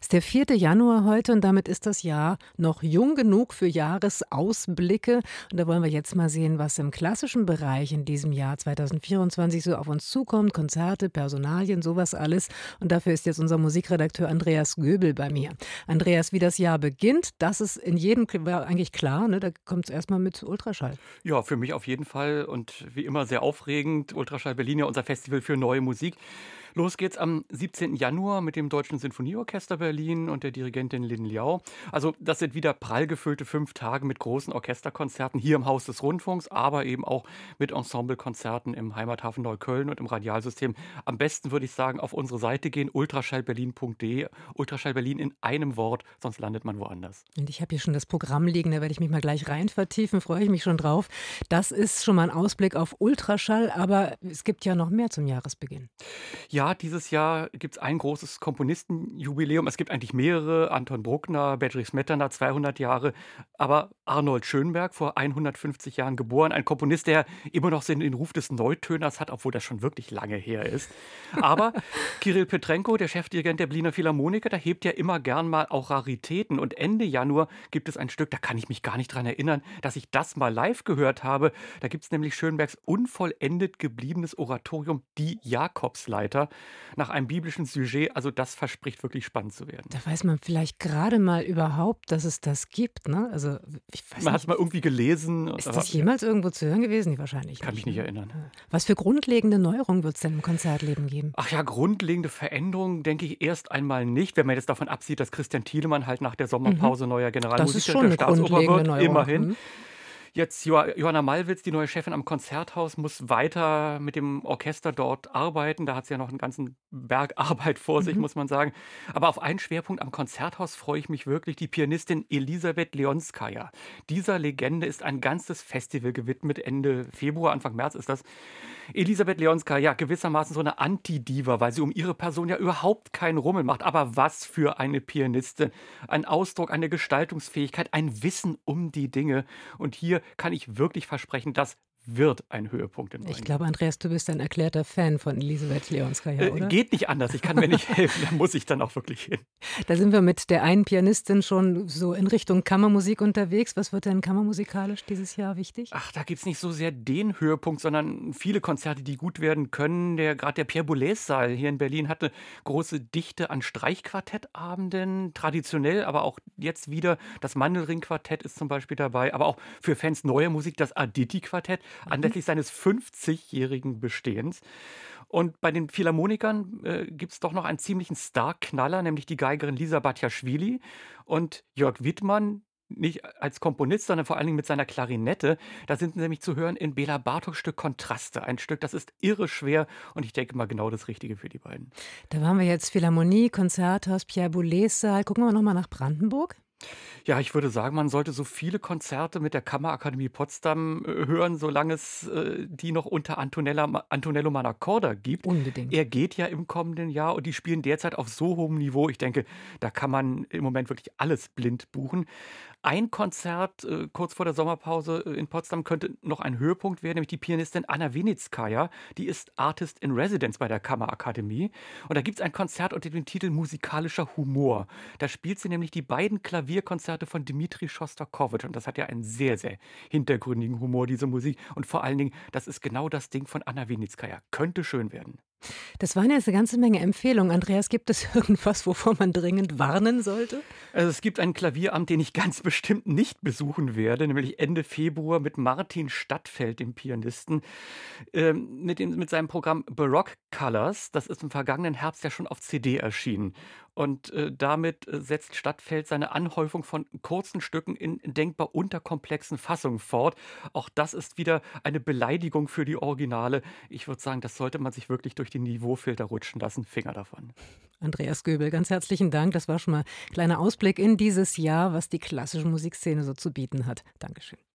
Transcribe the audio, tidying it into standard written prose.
Ist der 4. Januar heute und damit ist das Jahr noch jung genug für Jahresausblicke. Und da wollen wir jetzt mal sehen, was im klassischen Bereich in diesem Jahr 2024 so auf uns zukommt. Konzerte, Personalien, sowas alles. Und dafür ist jetzt unser Musikredakteur Andreas Göbel bei mir. Andreas, wie das Jahr beginnt, das ist in jedem war eigentlich klar. Ne? Da kommt es erstmal mit Ultraschall. Ja, für mich auf jeden Fall und wie immer sehr aufregend. Ultraschall Berlin, ja unser Festival für neue Musik. Los geht's am 17. Januar mit dem Deutschen Sinfonieorchester Berlin und der Dirigentin Lin Liao. Also das sind wieder prall gefüllte 5 Tage mit großen Orchesterkonzerten hier im Haus des Rundfunks, aber eben auch mit Ensemblekonzerten im Heimathafen Neukölln und im Radialsystem. Am besten würde ich sagen, auf unsere Seite gehen, ultraschallberlin.de. Ultraschall Berlin in einem Wort, sonst landet man woanders. Und ich habe hier schon das Programm liegen, da werde ich mich mal gleich rein vertiefen, freue ich mich schon drauf. Das ist schon mal ein Ausblick auf Ultraschall, aber es gibt ja noch mehr zum Jahresbeginn. Ja, dieses Jahr gibt es ein großes Komponistenjubiläum. Es gibt eigentlich mehrere. Anton Bruckner, Bedřich Smetana, 200 Jahre. Aber Arnold Schönberg, vor 150 Jahren geboren. Ein Komponist, der immer noch so den Ruf des Neutöners hat, obwohl das schon wirklich lange her ist. Aber Kirill Petrenko, der Chefdirigent der Berliner Philharmoniker, der hebt ja immer gern mal auch Raritäten. Und Ende Januar gibt es ein Stück, da kann ich mich gar nicht dran erinnern, dass ich das mal live gehört habe. Da gibt es nämlich Schönbergs unvollendet gebliebenes Oratorium Die Jakobsleiter nach einem biblischen Sujet. Also das verspricht wirklich spannend zu werden. Da weiß man vielleicht gerade mal überhaupt, dass es das gibt, ne? Also, ich weiß Man hat es nicht, mal irgendwie gelesen, ist aber das jemals irgendwo zu hören gewesen? Nee, wahrscheinlich kann mich nicht, nicht ne? erinnern. Ja. Was für grundlegende Neuerungen wird es denn im Konzertleben geben? Ach ja, grundlegende Veränderungen denke ich erst einmal nicht, wenn man jetzt davon absieht, dass Christian Thielemann halt nach der Mhm. Sommerpause neuer Das ist Generalmusiker schon der eine Staatsoper grundlegende wird, Neuerung. immerhin. Mhm. Jetzt Johanna Mallwitz, die neue Chefin am Konzerthaus, muss weiter mit dem Orchester dort arbeiten. Da hat sie ja noch einen ganzen Berg Arbeit vor sich, Mhm. muss man sagen. Aber auf einen Schwerpunkt am Konzerthaus freue ich mich wirklich, die Pianistin Elisabeth Leonskaja. Dieser Legende ist ein ganzes Festival gewidmet. Ende Februar, Anfang März ist das. Elisabeth Leonskaja, ja, gewissermaßen so eine Anti-Diva, weil sie um ihre Person ja überhaupt keinen Rummel macht. Aber was für eine Pianistin. Ein Ausdruck, eine Gestaltungsfähigkeit, ein Wissen um die Dinge. Und hier kann ich wirklich versprechen, das wird ein Höhepunkt im Ich neuen Jahr. glaube, Andreas, du bist ein erklärter Fan von Elisabeth Leonskaja, oder? Geht nicht anders. Ich kann mir nicht helfen. Da muss ich dann auch wirklich hin. Da sind wir mit der einen Pianistin schon so in Richtung Kammermusik unterwegs. Was wird denn kammermusikalisch dieses Jahr wichtig? Ach, da gibt's nicht so sehr den Höhepunkt, sondern viele Konzerte, die gut werden können. Gerade der Pierre Boulez-Saal hier in Berlin hatte große Dichte an Streichquartettabenden, traditionell, aber auch jetzt wieder. Das Mandelring-Quartett ist zum Beispiel dabei, aber auch für Fans neuer Musik das Aditi-Quartett Mhm. anlässlich seines 50-jährigen Bestehens. Und bei den Philharmonikern gibt es doch noch einen ziemlichen Star-Knaller, nämlich die Geigerin Lisa Batjaschwili und Jörg Wittmann, nicht als Komponist, sondern vor allen Dingen mit seiner Klarinette. Da sind sie nämlich zu hören in Bela Bartoks Stück Kontraste. Ein Stück, das ist irre schwer und ich denke mal genau das Richtige für die beiden. Da waren wir jetzt Philharmonie, Konzerthaus, Pierre Boulez-Saal. Gucken wir noch mal nach Brandenburg. Ja, ich würde sagen, man sollte so viele Konzerte mit der Kammerakademie Potsdam hören, solange es die noch unter Antonello Manaccorda gibt. Unbedingt. Er geht ja im kommenden Jahr und die spielen derzeit auf so hohem Niveau. Ich denke, da kann man im Moment wirklich alles blind buchen. Ein Konzert kurz vor der Sommerpause in Potsdam könnte noch ein Höhepunkt werden, nämlich die Pianistin Anna Winitskaja. Die ist Artist in Residence bei der Kammerakademie. Und da gibt es ein Konzert unter dem Titel Musikalischer Humor. Da spielt sie nämlich die beiden Klavierkonzerte von Dmitri Schostakowitsch. Und das hat ja einen sehr, sehr hintergründigen Humor, diese Musik. Und vor allen Dingen, das ist genau das Ding von Anna Winitskaja. Könnte schön werden. Das waren jetzt eine ganze Menge Empfehlungen. Andreas, gibt es irgendwas, wovor man dringend warnen sollte? Also es gibt einen Klavierabend, den ich ganz bestimmt nicht besuchen werde, nämlich Ende Februar mit Martin Stadtfeld, dem Pianisten, mit seinem Programm Baroque Colors. Das ist im vergangenen Herbst ja schon auf CD erschienen. Und damit setzt Stadtfeld seine Anhäufung von kurzen Stücken in denkbar unterkomplexen Fassungen fort. Auch das ist wieder eine Beleidigung für die Originale. Ich würde sagen, das sollte man sich wirklich durch den Niveaufilter rutschen lassen. Finger davon. Andreas Göbel, ganz herzlichen Dank. Das war schon mal ein kleiner Ausblick in dieses Jahr, was die klassische Musikszene so zu bieten hat. Dankeschön.